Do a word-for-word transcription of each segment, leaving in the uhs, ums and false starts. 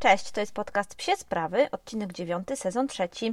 Cześć, to jest podcast Psie Sprawy, odcinek dziewiąty, sezon trzeci.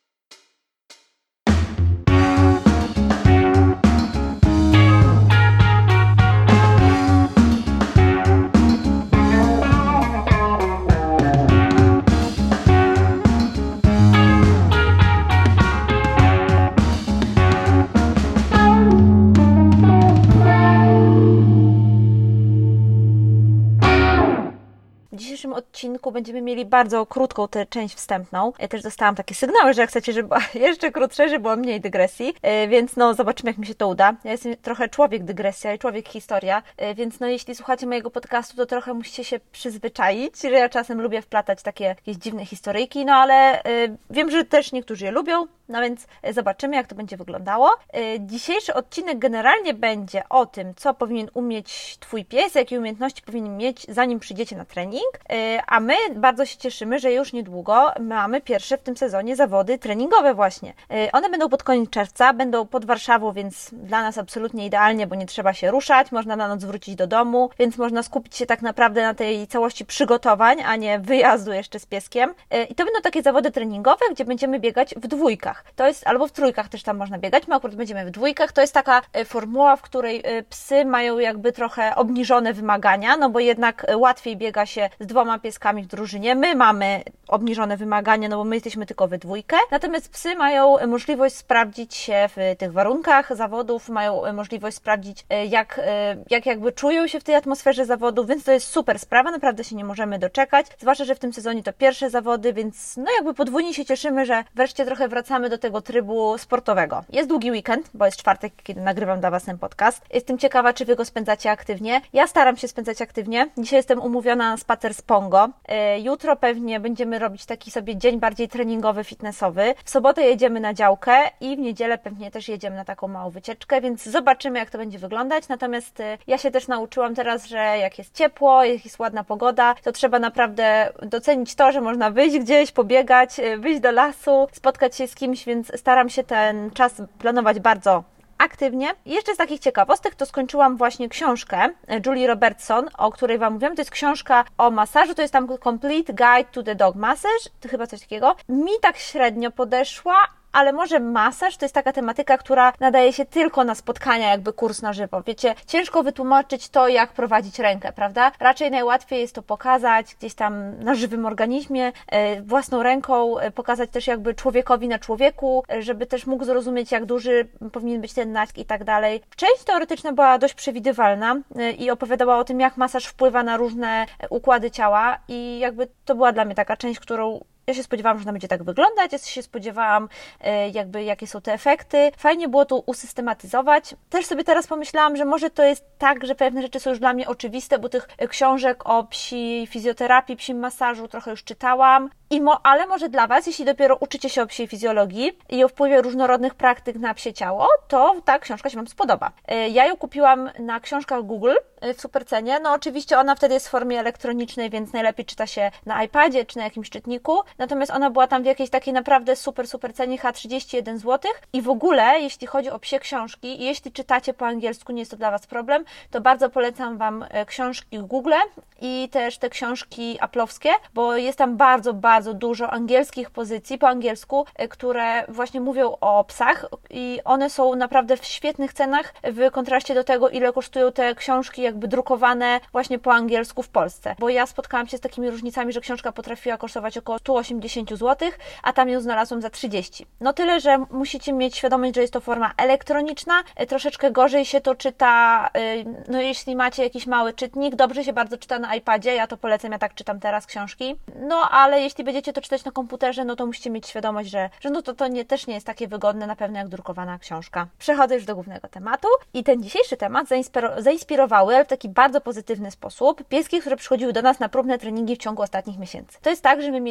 W dzisiejszym odcinku będziemy mieli bardzo krótką tę część wstępną. Ja też dostałam takie sygnały, że jak chcecie, żeby była jeszcze krótsza, żeby było mniej dygresji, więc no zobaczymy, jak mi się to uda. Ja jestem trochę człowiek dygresja i człowiek historia, więc no jeśli słuchacie mojego podcastu, to trochę musicie się przyzwyczaić, że ja czasem lubię wplatać takie jakieś dziwne historyjki, no ale wiem, że też niektórzy je lubią, no więc zobaczymy, jak to będzie wyglądało. Dzisiejszy odcinek generalnie będzie o tym, co powinien umieć Twój pies, jakie umiejętności powinien mieć, zanim przyjdziecie na trening. A my bardzo się cieszymy, że już niedługo mamy pierwsze w tym sezonie zawody treningowe właśnie. One będą pod koniec czerwca, będą pod Warszawą, więc dla nas absolutnie idealnie, bo nie trzeba się ruszać, można na noc wrócić do domu, więc można skupić się tak naprawdę na tej całości przygotowań, a nie wyjazdu jeszcze z pieskiem. I to będą takie zawody treningowe, gdzie będziemy biegać w dwójkach. To jest, albo w trójkach też tam można biegać, my akurat będziemy w dwójkach. To jest taka formuła, w której psy mają jakby trochę obniżone wymagania, no bo jednak łatwiej biega się z dwoma pieskami w drużynie. My mamy obniżone wymagania, no bo my jesteśmy tylko we dwójkę. Natomiast psy mają możliwość sprawdzić się w tych warunkach zawodów, mają możliwość sprawdzić, jak, jak jakby czują się w tej atmosferze zawodów, więc to jest super sprawa, naprawdę się nie możemy doczekać. Zwłaszcza, że w tym sezonie to pierwsze zawody, więc no jakby podwójnie się cieszymy, że wreszcie trochę wracamy do tego trybu sportowego. Jest długi weekend, bo jest czwartek, kiedy nagrywam dla Was ten podcast. Jestem ciekawa, czy Wy go spędzacie aktywnie. Ja staram się spędzać aktywnie. Dzisiaj jestem umówiona na spacer z Pongo. Jutro pewnie będziemy robić taki sobie dzień bardziej treningowy, fitnessowy. W sobotę jedziemy na działkę i w niedzielę pewnie też jedziemy na taką małą wycieczkę, więc zobaczymy, jak to będzie wyglądać. Natomiast ja się też nauczyłam teraz, że jak jest ciepło, jak jest ładna pogoda, to trzeba naprawdę docenić to, że można wyjść gdzieś, pobiegać, wyjść do lasu, spotkać się z kimś, więc staram się ten czas planować bardzo aktywnie. I jeszcze z takich ciekawostek to skończyłam właśnie książkę Julie Robertson, o której Wam mówiłam. To jest książka o masażu, to jest tam Complete Guide to the Dog Massage, to chyba coś takiego. Mi tak średnio podeszła, ale może masaż to jest taka tematyka, która nadaje się tylko na spotkania, jakby kurs na żywo. Wiecie, ciężko wytłumaczyć to, jak prowadzić rękę, prawda? Raczej najłatwiej jest to pokazać gdzieś tam na żywym organizmie, własną ręką, pokazać też jakby człowiekowi na człowieku, żeby też mógł zrozumieć, jak duży powinien być ten nacisk i tak dalej. Część teoretyczna była dość przewidywalna i opowiadała o tym, jak masaż wpływa na różne układy ciała i jakby to była dla mnie taka część, którą ja się spodziewałam, że ona będzie tak wyglądać, ja się spodziewałam jakby jakie są te efekty. Fajnie było to usystematyzować. Też sobie teraz pomyślałam, że może to jest tak, że pewne rzeczy są już dla mnie oczywiste, bo tych książek o psiej fizjoterapii, psim masażu trochę już czytałam. I mo, ale może dla Was, jeśli dopiero uczycie się o psiej fizjologii i o wpływie różnorodnych praktyk na psie ciało, to ta książka się Wam spodoba. Ja ją kupiłam na książkach Google w super cenie. No oczywiście ona wtedy jest w formie elektronicznej, więc najlepiej czyta się na iPadzie czy na jakimś czytniku. Natomiast ona była tam w jakiejś takiej naprawdę super, super cenie, chyba trzydzieści jeden złotych. I w ogóle, jeśli chodzi o psie książki i jeśli czytacie po angielsku, nie jest to dla Was problem, to bardzo polecam Wam książki Google i też te książki aplowskie, bo jest tam bardzo, bardzo dużo angielskich pozycji po angielsku, które właśnie mówią o psach i one są naprawdę w świetnych cenach w kontraście do tego, ile kosztują te książki jakby drukowane właśnie po angielsku w Polsce. Bo ja spotkałam się z takimi różnicami, że książka potrafiła kosztować około sto osiemdziesiąt złotych, a tam ją znalazłam za trzydzieści. No tyle, że musicie mieć świadomość, że jest to forma elektroniczna, troszeczkę gorzej się to czyta, no jeśli macie jakiś mały czytnik, dobrze się bardzo czyta na iPadzie, ja to polecam, ja tak czytam teraz książki, no ale jeśli będziecie to czytać na komputerze, no to musicie mieć świadomość, że, że no to, to nie, też nie jest takie wygodne na pewno jak drukowana książka. Przechodzę już do głównego tematu i ten dzisiejszy temat zainspiro- zainspirowały, ale w taki bardzo pozytywny sposób, pieski, które przychodziły do nas na próbne treningi w ciągu ostatnich miesięcy. To jest tak, że my mieliśmy ten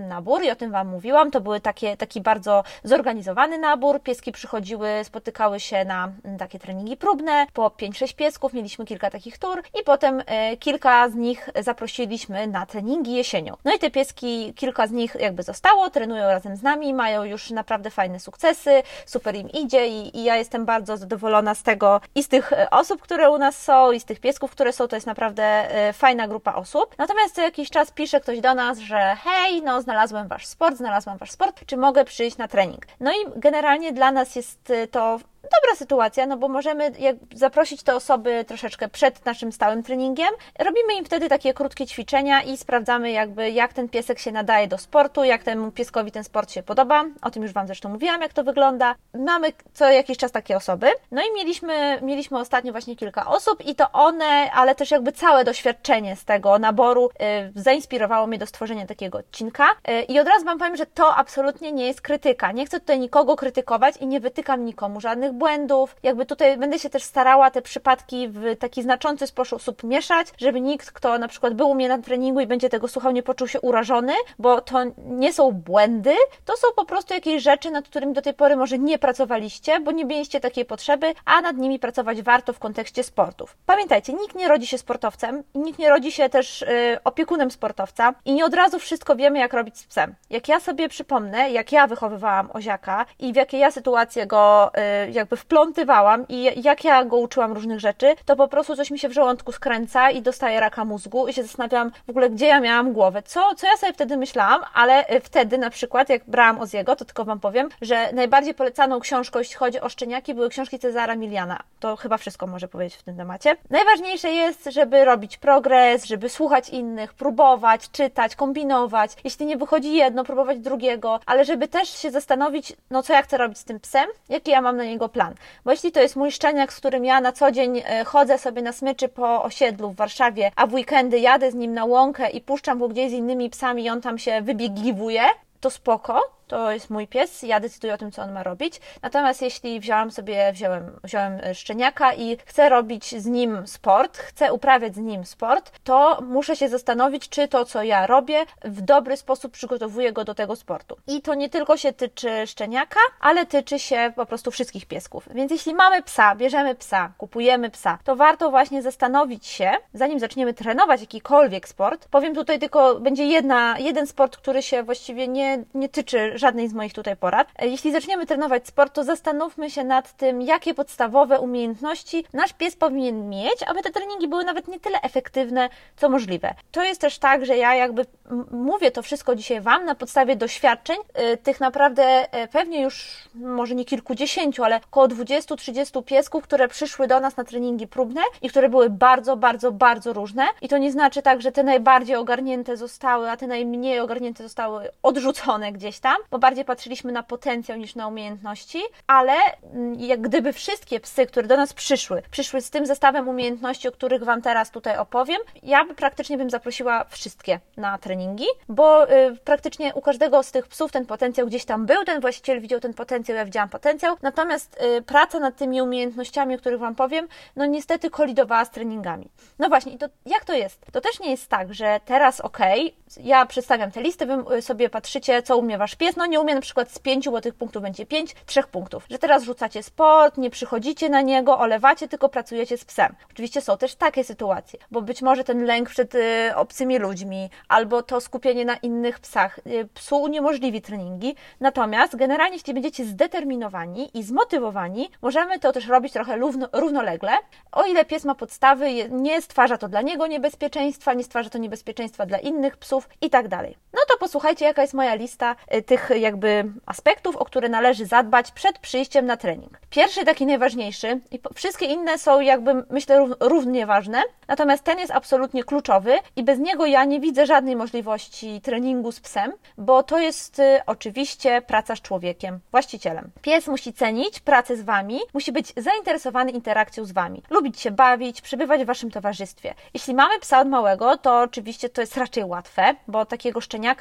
ten nabór i o tym Wam mówiłam. To były takie, taki bardzo zorganizowany nabór. Pieski przychodziły, spotykały się na takie treningi próbne. Po pięć sześć piesków mieliśmy kilka takich tur i potem e, kilka z nich zaprosiliśmy na treningi jesienią. No i te pieski, kilka z nich jakby zostało, trenują razem z nami, mają już naprawdę fajne sukcesy, super im idzie i, i ja jestem bardzo zadowolona z tego i z tych osób, które u nas są i z tych piesków, które są, to jest naprawdę e, fajna grupa osób. Natomiast co jakiś czas pisze ktoś do nas, że hej, no znalazłem Wasz sport, znalazłam Wasz sport, czy mogę przyjść na trening? No i generalnie dla nas jest to dobra sytuacja, no bo możemy jak zaprosić te osoby troszeczkę przed naszym stałym treningiem. Robimy im wtedy takie krótkie ćwiczenia i sprawdzamy jakby jak ten piesek się nadaje do sportu, jak temu pieskowi ten sport się podoba. O tym już Wam zresztą mówiłam, jak to wygląda. Mamy co jakiś czas takie osoby. No i mieliśmy, mieliśmy ostatnio właśnie kilka osób i to one, ale też jakby całe doświadczenie z tego naboru yy, zainspirowało mnie do stworzenia takiego odcinka. Yy, I od razu Wam powiem, że to absolutnie nie jest krytyka. Nie chcę tutaj nikogo krytykować i nie wytykam nikomu żadnych błędów. Jakby tutaj będę się też starała te przypadki w taki znaczący sposób mieszać, żeby nikt, kto na przykład był u mnie na treningu i będzie tego słuchał, nie poczuł się urażony, bo to nie są błędy, to są po prostu jakieś rzeczy, nad którymi do tej pory może nie pracowaliście, bo nie mieliście takiej potrzeby, a nad nimi pracować warto w kontekście sportów. Pamiętajcie, nikt nie rodzi się sportowcem, nikt nie rodzi się też yy, opiekunem sportowca i nie od razu wszystko wiemy, jak robić z psem. Jak ja sobie przypomnę, jak ja wychowywałam Oziaka i w jakie ja sytuacje go yy, jakby wplątywałam i jak ja go uczyłam różnych rzeczy, to po prostu coś mi się w żołądku skręca i dostaję raka mózgu i się zastanawiam w ogóle, gdzie ja miałam głowę, co, co ja sobie wtedy myślałam, ale wtedy na przykład, jak brałam Oziego, to tylko Wam powiem, że najbardziej polecaną książką, jeśli chodzi o szczeniaki, były książki Cezara Miliana. To chyba wszystko może powiedzieć w tym temacie. Najważniejsze jest, żeby robić progres, żeby słuchać innych, próbować, czytać, kombinować. Jeśli nie wychodzi jedno, próbować drugiego, ale żeby też się zastanowić, no co ja chcę robić z tym psem, jaki ja mam na niego plan. Bo jeśli to jest mój szczeniak, z którym ja na co dzień chodzę sobie na smyczy po osiedlu w Warszawie, a w weekendy jadę z nim na łąkę i puszczam go gdzieś z innymi psami i on tam się wybiegiwuje, to spoko. To jest mój pies, ja decyduję o tym, co on ma robić. Natomiast jeśli wziąłam sobie, wziąłem, wziąłem szczeniaka i chcę robić z nim sport, chcę uprawiać z nim sport, to muszę się zastanowić, czy to, co ja robię, w dobry sposób przygotowuje go do tego sportu. I to nie tylko się tyczy szczeniaka, ale tyczy się po prostu wszystkich piesków. Więc jeśli mamy psa, bierzemy psa, kupujemy psa, to warto właśnie zastanowić się, zanim zaczniemy trenować jakikolwiek sport. Powiem tutaj tylko, będzie jedna, jeden sport, który się właściwie nie, nie tyczy żadnej z moich tutaj porad. Jeśli zaczniemy trenować sport, to zastanówmy się nad tym, jakie podstawowe umiejętności nasz pies powinien mieć, aby te treningi były nawet nie tyle efektywne, co możliwe. To jest też tak, że ja jakby mówię to wszystko dzisiaj Wam na podstawie doświadczeń yy, tych naprawdę yy, pewnie już może nie kilkudziesięciu, ale około dwudziestu trzydziestu piesków, które przyszły do nas na treningi próbne i które były bardzo, bardzo, bardzo różne. I to nie znaczy tak, że te najbardziej ogarnięte zostały, a te najmniej ogarnięte zostały odrzucone gdzieś tam, bo bardziej patrzyliśmy na potencjał niż na umiejętności, ale jak gdyby wszystkie psy, które do nas przyszły, przyszły z tym zestawem umiejętności, o których Wam teraz tutaj opowiem, ja by praktycznie bym zaprosiła wszystkie na treningi, bo y, praktycznie u każdego z tych psów ten potencjał gdzieś tam był, ten właściciel widział ten potencjał, ja widziałam potencjał, natomiast y, praca nad tymi umiejętnościami, o których Wam powiem, no niestety kolidowała z treningami. No właśnie, i to jak to jest? To też nie jest tak, że teraz okej, okay, ja przedstawiam te listy, Wy sobie patrzycie, co umie Wasz pies, no nie umie na przykład z pięciu, bo tych punktów będzie pięć, trzech punktów. Że teraz rzucacie sport, nie przychodzicie na niego, olewacie, tylko pracujecie z psem. Oczywiście są też takie sytuacje, bo być może ten lęk przed y, obcymi ludźmi, albo to skupienie na innych psach y, psu uniemożliwi treningi. Natomiast generalnie, jeśli będziecie zdeterminowani i zmotywowani, możemy to też robić trochę równo, równolegle. O ile pies ma podstawy, nie stwarza to dla niego niebezpieczeństwa, nie stwarza to niebezpieczeństwa dla innych psów i tak dalej. No to posłuchajcie, jaka jest moja lista y, tych jakby aspektów, o które należy zadbać przed przyjściem na trening. Pierwszy, taki najważniejszy, i wszystkie inne są jakby, myślę, równie ważne, natomiast ten jest absolutnie kluczowy i bez niego ja nie widzę żadnej możliwości treningu z psem, bo to jest y, oczywiście praca z człowiekiem, właścicielem. Pies musi cenić pracę z Wami, musi być zainteresowany interakcją z Wami, lubić się bawić, przebywać w Waszym towarzystwie. Jeśli mamy psa od małego, to oczywiście to jest raczej łatwe, bo takiego szczeniaka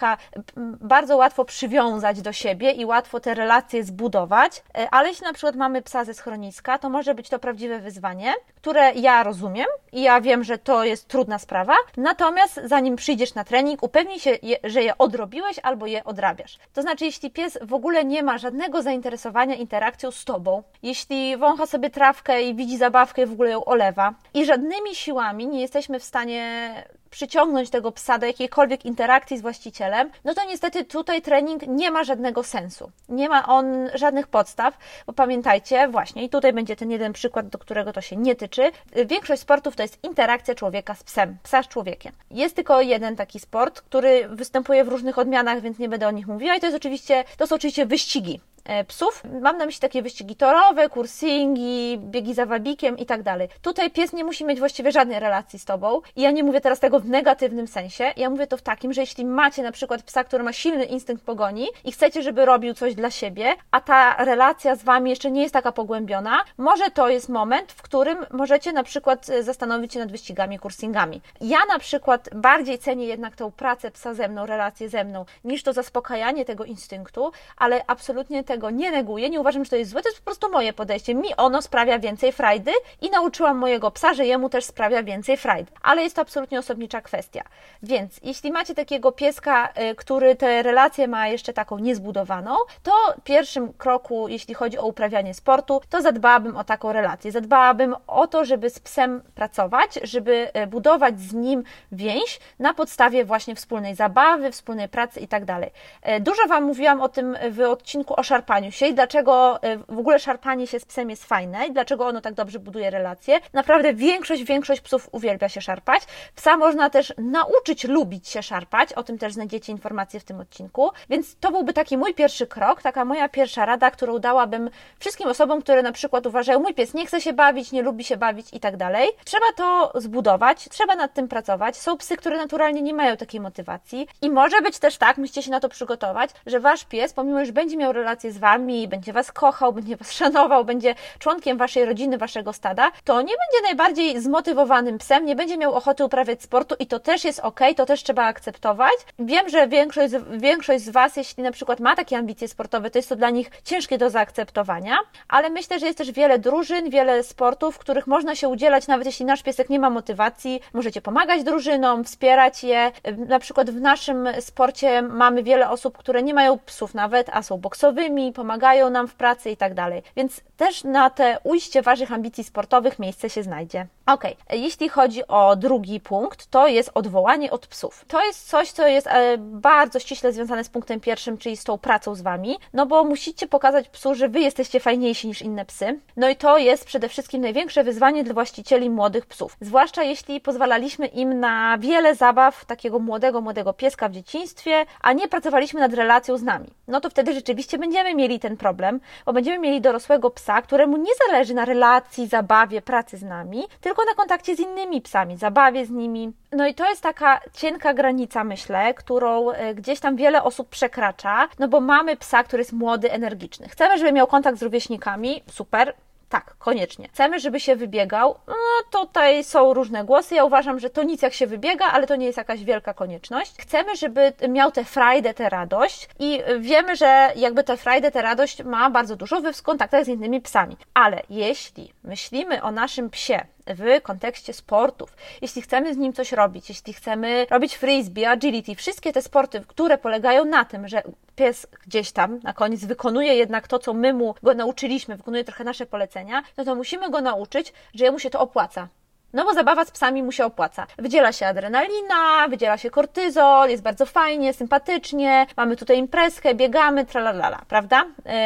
pieska bardzo łatwo przywiązać do siebie i łatwo te relacje zbudować, ale jeśli na przykład mamy psa ze schroniska, to może być to prawdziwe wyzwanie, które ja rozumiem i ja wiem, że to jest trudna sprawa, natomiast zanim przyjdziesz na trening, upewnij się, że je odrobiłeś albo je odrabiasz. To znaczy, jeśli pies w ogóle nie ma żadnego zainteresowania interakcją z tobą, jeśli wącha sobie trawkę i widzi zabawkę i w ogóle ją olewa i żadnymi siłami nie jesteśmy w stanie przyciągnąć tego psa do jakiejkolwiek interakcji z właścicielem, no to niestety tutaj trening nie ma żadnego sensu. Nie ma on żadnych podstaw, bo pamiętajcie, właśnie, i tutaj będzie ten jeden przykład, do którego to się nie tyczy, większość sportów to jest interakcja człowieka z psem, psa z człowiekiem. Jest tylko jeden taki sport, który występuje w różnych odmianach, więc nie będę o nich mówiła i to jest oczywiście, to są oczywiście wyścigi psów. Mam na myśli takie wyścigi torowe, kursingi, biegi za wabikiem i tak dalej. Tutaj pies nie musi mieć właściwie żadnej relacji z tobą i ja nie mówię teraz tego w negatywnym sensie, ja mówię to w takim, że jeśli macie na przykład psa, który ma silny instynkt pogoni i chcecie, żeby robił coś dla siebie, a ta relacja z wami jeszcze nie jest taka pogłębiona, może to jest moment, w którym możecie na przykład zastanowić się nad wyścigami, kursingami. Ja na przykład bardziej cenię jednak tą pracę psa ze mną, relację ze mną, niż to zaspokajanie tego instynktu, ale absolutnie te tego nie neguję, nie uważam, że to jest złe, to jest po prostu moje podejście. Mi ono sprawia więcej frajdy i nauczyłam mojego psa, że jemu też sprawia więcej frajdy. Ale jest to absolutnie osobnicza kwestia. Więc jeśli macie takiego pieska, który tę relację ma jeszcze taką niezbudowaną, to w pierwszym kroku, jeśli chodzi o uprawianie sportu, to zadbałabym o taką relację. Zadbałabym o to, żeby z psem pracować, żeby budować z nim więź na podstawie właśnie wspólnej zabawy, wspólnej pracy i tak dalej. Dużo Wam mówiłam o tym w odcinku o szarpaniu się i dlaczego w ogóle szarpanie się z psem jest fajne i dlaczego ono tak dobrze buduje relacje. Naprawdę większość, większość psów uwielbia się szarpać. Psa można też nauczyć lubić się szarpać, o tym też znajdziecie informacje w tym odcinku, więc to byłby taki mój pierwszy krok, taka moja pierwsza rada, którą dałabym wszystkim osobom, które na przykład uważają, mój pies nie chce się bawić, nie lubi się bawić i tak dalej. Trzeba to zbudować, trzeba nad tym pracować. Są psy, które naturalnie nie mają takiej motywacji i może być też tak, musicie się na to przygotować, że wasz pies, pomimo że będzie miał relację z wami, będzie was kochał, będzie was szanował, będzie członkiem waszej rodziny, waszego stada, to nie będzie najbardziej zmotywowanym psem, nie będzie miał ochoty uprawiać sportu i to też jest ok, to też trzeba akceptować. Wiem, że większość, większość z was, jeśli na przykład ma takie ambicje sportowe, to jest to dla nich ciężkie do zaakceptowania, ale myślę, że jest też wiele drużyn, wiele sportów, w których można się udzielać, nawet jeśli nasz piesek nie ma motywacji, możecie pomagać drużynom, wspierać je. Na przykład w naszym sporcie mamy wiele osób, które nie mają psów nawet, a są boksowymi, pomagają nam w pracy i tak dalej. Więc też na te ujście waszych ambicji sportowych miejsce się znajdzie. Ok, jeśli chodzi o drugi punkt, to jest odwołanie od psów. To jest coś, co jest bardzo ściśle związane z punktem pierwszym, czyli z tą pracą z wami, no bo musicie pokazać psu, że wy jesteście fajniejsi niż inne psy. No i to jest przede wszystkim największe wyzwanie dla właścicieli młodych psów. Zwłaszcza jeśli pozwalaliśmy im na wiele zabaw takiego młodego, młodego pieska w dzieciństwie, a nie pracowaliśmy nad relacją z nami. No to wtedy rzeczywiście będziemy mieli ten problem, bo będziemy mieli dorosłego psa, któremu nie zależy na relacji, zabawie, pracy z nami, tylko na kontakcie z innymi psami, zabawie z nimi. No i to jest taka cienka granica, myślę, którą gdzieś tam wiele osób przekracza, no bo mamy psa, który jest młody, energiczny. Chcemy, żeby miał kontakt z rówieśnikami, super. Tak, koniecznie. Chcemy, żeby się wybiegał. No tutaj są różne głosy. Ja uważam, że to nic jak się wybiega, ale to nie jest jakaś wielka konieczność. Chcemy, żeby miał tę frajdę, tę radość i wiemy, że jakby tę frajdę, tę radość ma bardzo dużo w kontaktach z innymi psami. Ale jeśli myślimy o naszym psie w kontekście sportów, jeśli chcemy z nim coś robić, jeśli chcemy robić frisbee, agility, wszystkie te sporty, które polegają na tym, że pies gdzieś tam na koniec wykonuje jednak to, co my mu go nauczyliśmy, wykonuje trochę nasze polecenia, no to musimy go nauczyć, że jemu się to opłaca. No bo zabawa z psami mu się opłaca. Wydziela się adrenalina, wydziela się kortyzol, jest bardzo fajnie, sympatycznie, mamy tutaj imprezkę, biegamy, tralalala, prawda?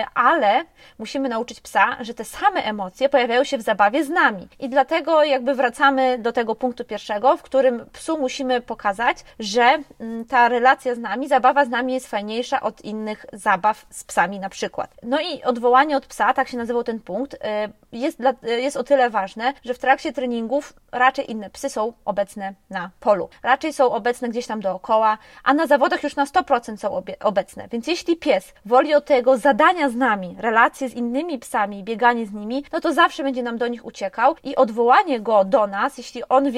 Ale musimy nauczyć psa, że te same emocje pojawiają się w zabawie z nami. I dlatego jakby wracamy do tego punktu pierwszego, w którym psu musimy pokazać, że ta relacja z nami, zabawa z nami jest fajniejsza od innych zabaw z psami na przykład. No i odwołanie od psa, tak się nazywał ten punkt, jest, dla, jest o tyle ważne, że w trakcie treningów raczej inne psy są obecne na polu. Raczej są obecne gdzieś tam dookoła, a na zawodach już na sto procent są obecne. Więc jeśli pies woli od tego zadania z nami, relacje z innymi psami, bieganie z nimi, no to zawsze będzie nam do nich uciekał i odwołanie go do nas, jeśli on wie, że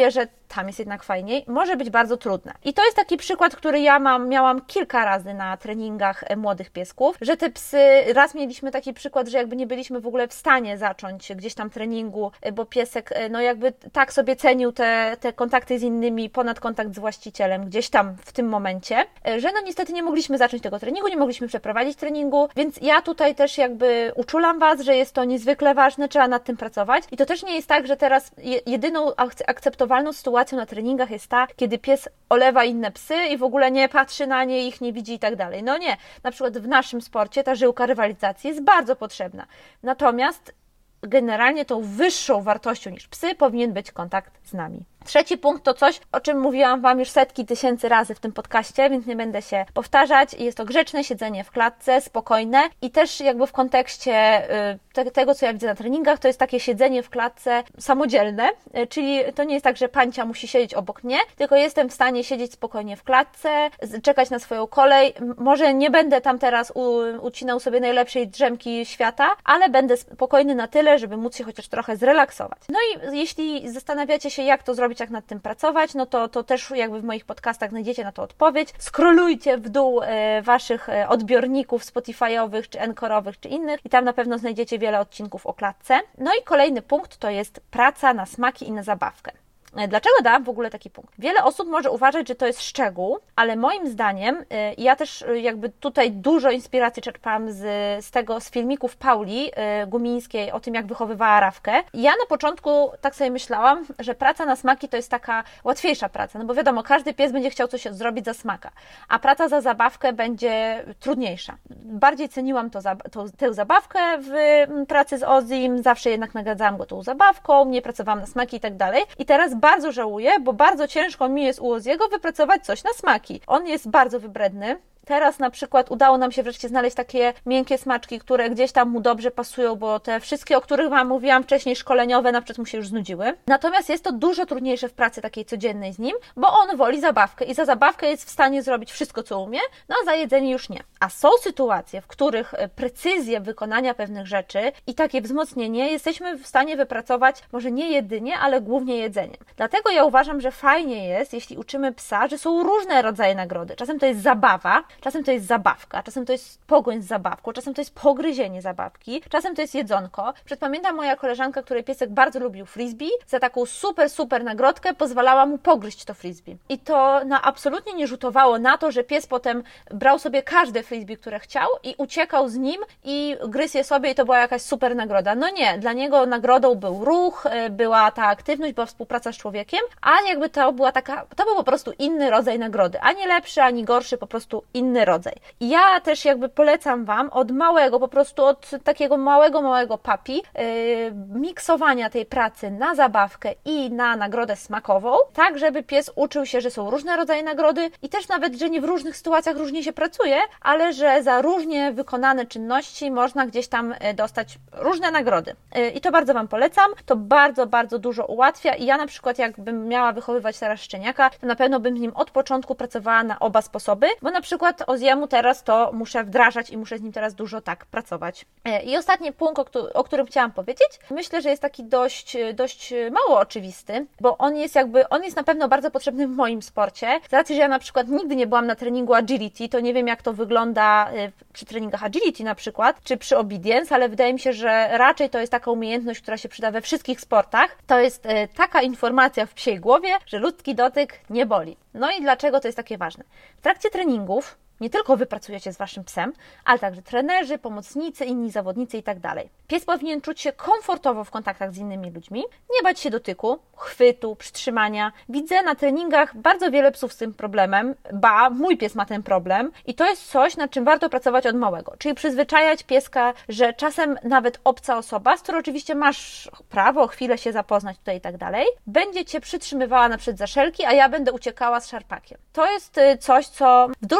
tam jest jednak fajniej, może być bardzo trudne. I to jest taki przykład, który ja mam, miałam kilka razy na treningach młodych piesków, że te psy, raz mieliśmy taki przykład, że jakby nie byliśmy w ogóle w stanie zacząć gdzieś tam treningu, bo piesek no jakby tak sobie cenił te, te kontakty z innymi ponad kontakt z właścicielem gdzieś tam w tym momencie, że no niestety nie mogliśmy zacząć tego treningu, nie mogliśmy przeprowadzić treningu, więc ja tutaj też jakby uczulam Was, że jest to niezwykle ważne, trzeba nad tym pracować i to też nie jest tak, że teraz jedyną akceptowalną sytuacją na treningach jest ta, kiedy pies olewa inne psy i w ogóle nie patrzy na nie, ich nie widzi i tak dalej. No nie, na przykład w naszym sporcie ta żyłka rywalizacji jest bardzo potrzebna. Natomiast generalnie tą wyższą wartością niż psy powinien być kontakt z nami. Trzeci punkt to coś, o czym mówiłam Wam już setki tysięcy razy w tym podcaście, więc nie będę się powtarzać. Jest to grzeczne siedzenie w klatce, spokojne i też jakby w kontekście y, tego, co ja widzę na treningach, to jest takie siedzenie w klatce samodzielne, y, czyli to nie jest tak, że pancia musi siedzieć obok mnie, tylko jestem w stanie siedzieć spokojnie w klatce, czekać na swoją kolej. Może nie będę tam teraz u, ucinał sobie najlepszej drzemki świata, ale będę spokojny na tyle, żeby móc się chociaż trochę zrelaksować. No i jeśli zastanawiacie się, jak to zrobić, jak nad tym pracować, no to, to też jakby w moich podcastach znajdziecie na to odpowiedź. Skrolujcie w dół e, Waszych e, odbiorników Spotify'owych, czy Anchorowych, czy innych i tam na pewno znajdziecie wiele odcinków o klatce. No i kolejny punkt to jest praca na smaki i na zabawkę. Dlaczego dałam w ogóle taki punkt? Wiele osób może uważać, że to jest szczegół, ale moim zdaniem, ja też jakby tutaj dużo inspiracji czerpałam z, z tego, z filmików Pauli Gumińskiej o tym, jak wychowywała Rawkę. Ja na początku tak sobie myślałam, że praca na smaki to jest taka łatwiejsza praca, no bo wiadomo, każdy pies będzie chciał coś zrobić za smaka, a praca za zabawkę będzie trudniejsza. Bardziej ceniłam to, to, tę zabawkę w pracy z Ozim, zawsze jednak nagradzałam go tą zabawką, nie pracowałam na smaki i tak dalej. I teraz bardzo żałuję, bo bardzo ciężko mi jest u Oziego wypracować coś na smaki. On jest bardzo wybredny. Teraz na przykład udało nam się wreszcie znaleźć takie miękkie smaczki, które gdzieś tam mu dobrze pasują, bo te wszystkie, o których Wam mówiłam wcześniej, szkoleniowe, na przykład mu się już znudziły. Natomiast jest to dużo trudniejsze w pracy takiej codziennej z nim, bo on woli zabawkę i za zabawkę jest w stanie zrobić wszystko, co umie, no a za jedzenie już nie. A są sytuacje, w których precyzję wykonania pewnych rzeczy i takie wzmocnienie jesteśmy w stanie wypracować może nie jedynie, ale głównie jedzeniem. Dlatego ja uważam, że fajnie jest, jeśli uczymy psa, że są różne rodzaje nagrody. Czasem to jest zabawa, czasem to jest zabawka, czasem to jest pogoń z zabawką, czasem to jest pogryzienie zabawki, czasem to jest jedzonko. Pamiętam moja koleżanka, której piesek bardzo lubił frisbee, za taką super, super nagrodkę pozwalała mu pogryźć to frisbee. I to na absolutnie nie rzutowało na to, że pies potem brał sobie każde frisbee, które chciał i uciekał z nim i gryzł je sobie i to była jakaś super nagroda. No nie, dla niego nagrodą był ruch, była ta aktywność, była współpraca z człowiekiem, a jakby to była taka, to był po prostu inny rodzaj nagrody. Ani lepszy, ani gorszy, po prostu inny rodzaj. I ja też jakby polecam Wam od małego, po prostu od takiego małego, małego papi, yy, miksowania tej pracy na zabawkę i na nagrodę smakową, tak żeby pies uczył się, że są różne rodzaje nagrody i też nawet, że nie w różnych sytuacjach różnie się pracuje, ale że za różnie wykonane czynności można gdzieś tam dostać różne nagrody. Yy, I to bardzo Wam polecam. To bardzo, bardzo dużo ułatwia i ja na przykład jakbym miała wychowywać teraz szczeniaka, to na pewno bym z nim od początku pracowała na oba sposoby, bo na przykład Oziemu teraz to muszę wdrażać i muszę z nim teraz dużo tak pracować. I ostatni punkt, o którym chciałam powiedzieć, myślę, że jest taki dość, dość mało oczywisty, bo on jest jakby, on jest na pewno bardzo potrzebny w moim sporcie. Z racji, że ja na przykład nigdy nie byłam na treningu agility, to nie wiem jak to wygląda przy treningach agility na przykład, czy przy obedience, ale wydaje mi się, że raczej to jest taka umiejętność, która się przyda we wszystkich sportach. To jest taka informacja w psiej głowie, że ludzki dotyk nie boli. No i dlaczego to jest takie ważne? W trakcie treningów nie tylko Wy pracujecie z Waszym psem, ale także trenerzy, pomocnicy, inni zawodnicy i tak dalej. Pies powinien czuć się komfortowo w kontaktach z innymi ludźmi, nie bać się dotyku, chwytu, przytrzymania. Widzę na treningach bardzo wiele psów z tym problemem, ba, mój pies ma ten problem i to jest coś, nad czym warto pracować od małego, czyli przyzwyczajać pieska, że czasem nawet obca osoba, z którą oczywiście masz prawo chwilę się zapoznać tutaj i tak dalej, będzie Cię przytrzymywała na przykład za szelki, a ja będę uciekała z szarpakiem. To jest coś, co w dużym stopniu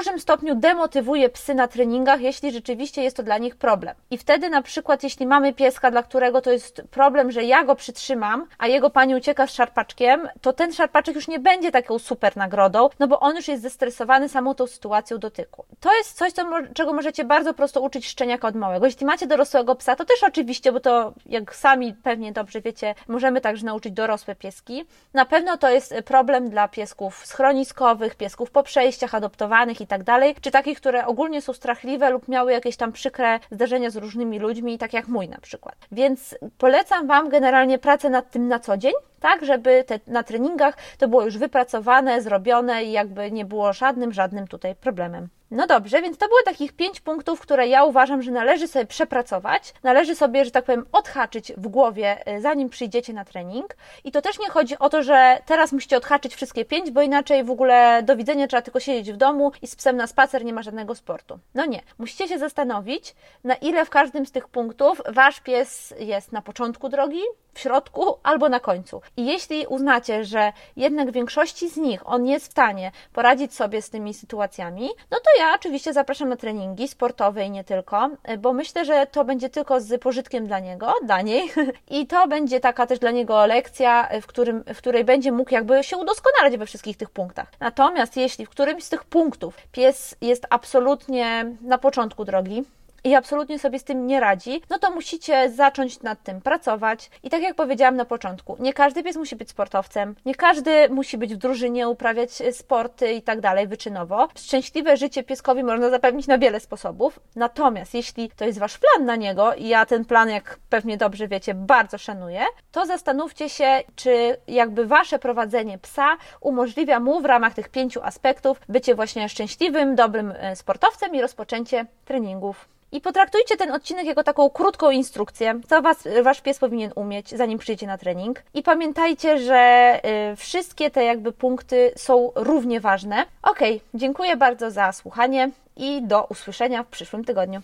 stopniu demotywuje psy na treningach, jeśli rzeczywiście jest to dla nich problem. I wtedy na przykład, jeśli mamy pieska, dla którego to jest problem, że ja go przytrzymam, a jego pani ucieka z szarpaczkiem, to ten szarpaczek już nie będzie taką super nagrodą, no bo on już jest zestresowany samą tą sytuacją dotyku. To jest coś, co, czego możecie bardzo prosto uczyć szczeniaka od małego. Jeśli macie dorosłego psa, to też oczywiście, bo to jak sami pewnie dobrze wiecie, możemy także nauczyć dorosłe pieski. Na pewno to jest problem dla piesków schroniskowych, piesków po przejściach, adoptowanych i tak dalej, czy takich, które ogólnie są strachliwe lub miały jakieś tam przykre zdarzenia z różnymi ludźmi, tak jak mój na przykład. Więc polecam Wam generalnie pracę nad tym na co dzień, tak, żeby te, na treningach to było już wypracowane, zrobione i jakby nie było żadnym, żadnym tutaj problemem. No dobrze, więc to było takich pięć punktów, które ja uważam, że należy sobie przepracować, należy sobie, że tak powiem, odhaczyć w głowie, zanim przyjdziecie na trening. I to też nie chodzi o to, że teraz musicie odhaczyć wszystkie pięć, bo inaczej w ogóle do widzenia trzeba tylko siedzieć w domu i z psem na spacer, nie ma żadnego sportu. No nie, musicie się zastanowić, na ile w każdym z tych punktów Wasz pies jest na początku drogi, w środku albo na końcu. I jeśli uznacie, że jednak w większości z nich on jest w stanie poradzić sobie z tymi sytuacjami, no to ja oczywiście zapraszam na treningi sportowe i nie tylko, bo myślę, że to będzie tylko z pożytkiem dla niego, dla niej i to będzie taka też dla niego lekcja, w, którym, w której będzie mógł jakby się udoskonalać we wszystkich tych punktach. Natomiast jeśli w którymś z tych punktów pies jest absolutnie na początku drogi, i absolutnie sobie z tym nie radzi, no to musicie zacząć nad tym pracować. I tak jak powiedziałam na początku, nie każdy pies musi być sportowcem, nie każdy musi być w drużynie, uprawiać sporty i tak dalej wyczynowo. Szczęśliwe życie pieskowi można zapewnić na wiele sposobów. Natomiast jeśli to jest Wasz plan na niego, i ja ten plan, jak pewnie dobrze wiecie, bardzo szanuję, to zastanówcie się, czy jakby Wasze prowadzenie psa umożliwia mu w ramach tych pięciu aspektów bycie właśnie szczęśliwym, dobrym sportowcem i rozpoczęcie treningów. I potraktujcie ten odcinek jako taką krótką instrukcję, co was, Wasz pies powinien umieć, zanim przyjdzie na trening. I pamiętajcie, że y, wszystkie te jakby punkty są równie ważne. Ok, dziękuję bardzo za słuchanie i do usłyszenia w przyszłym tygodniu.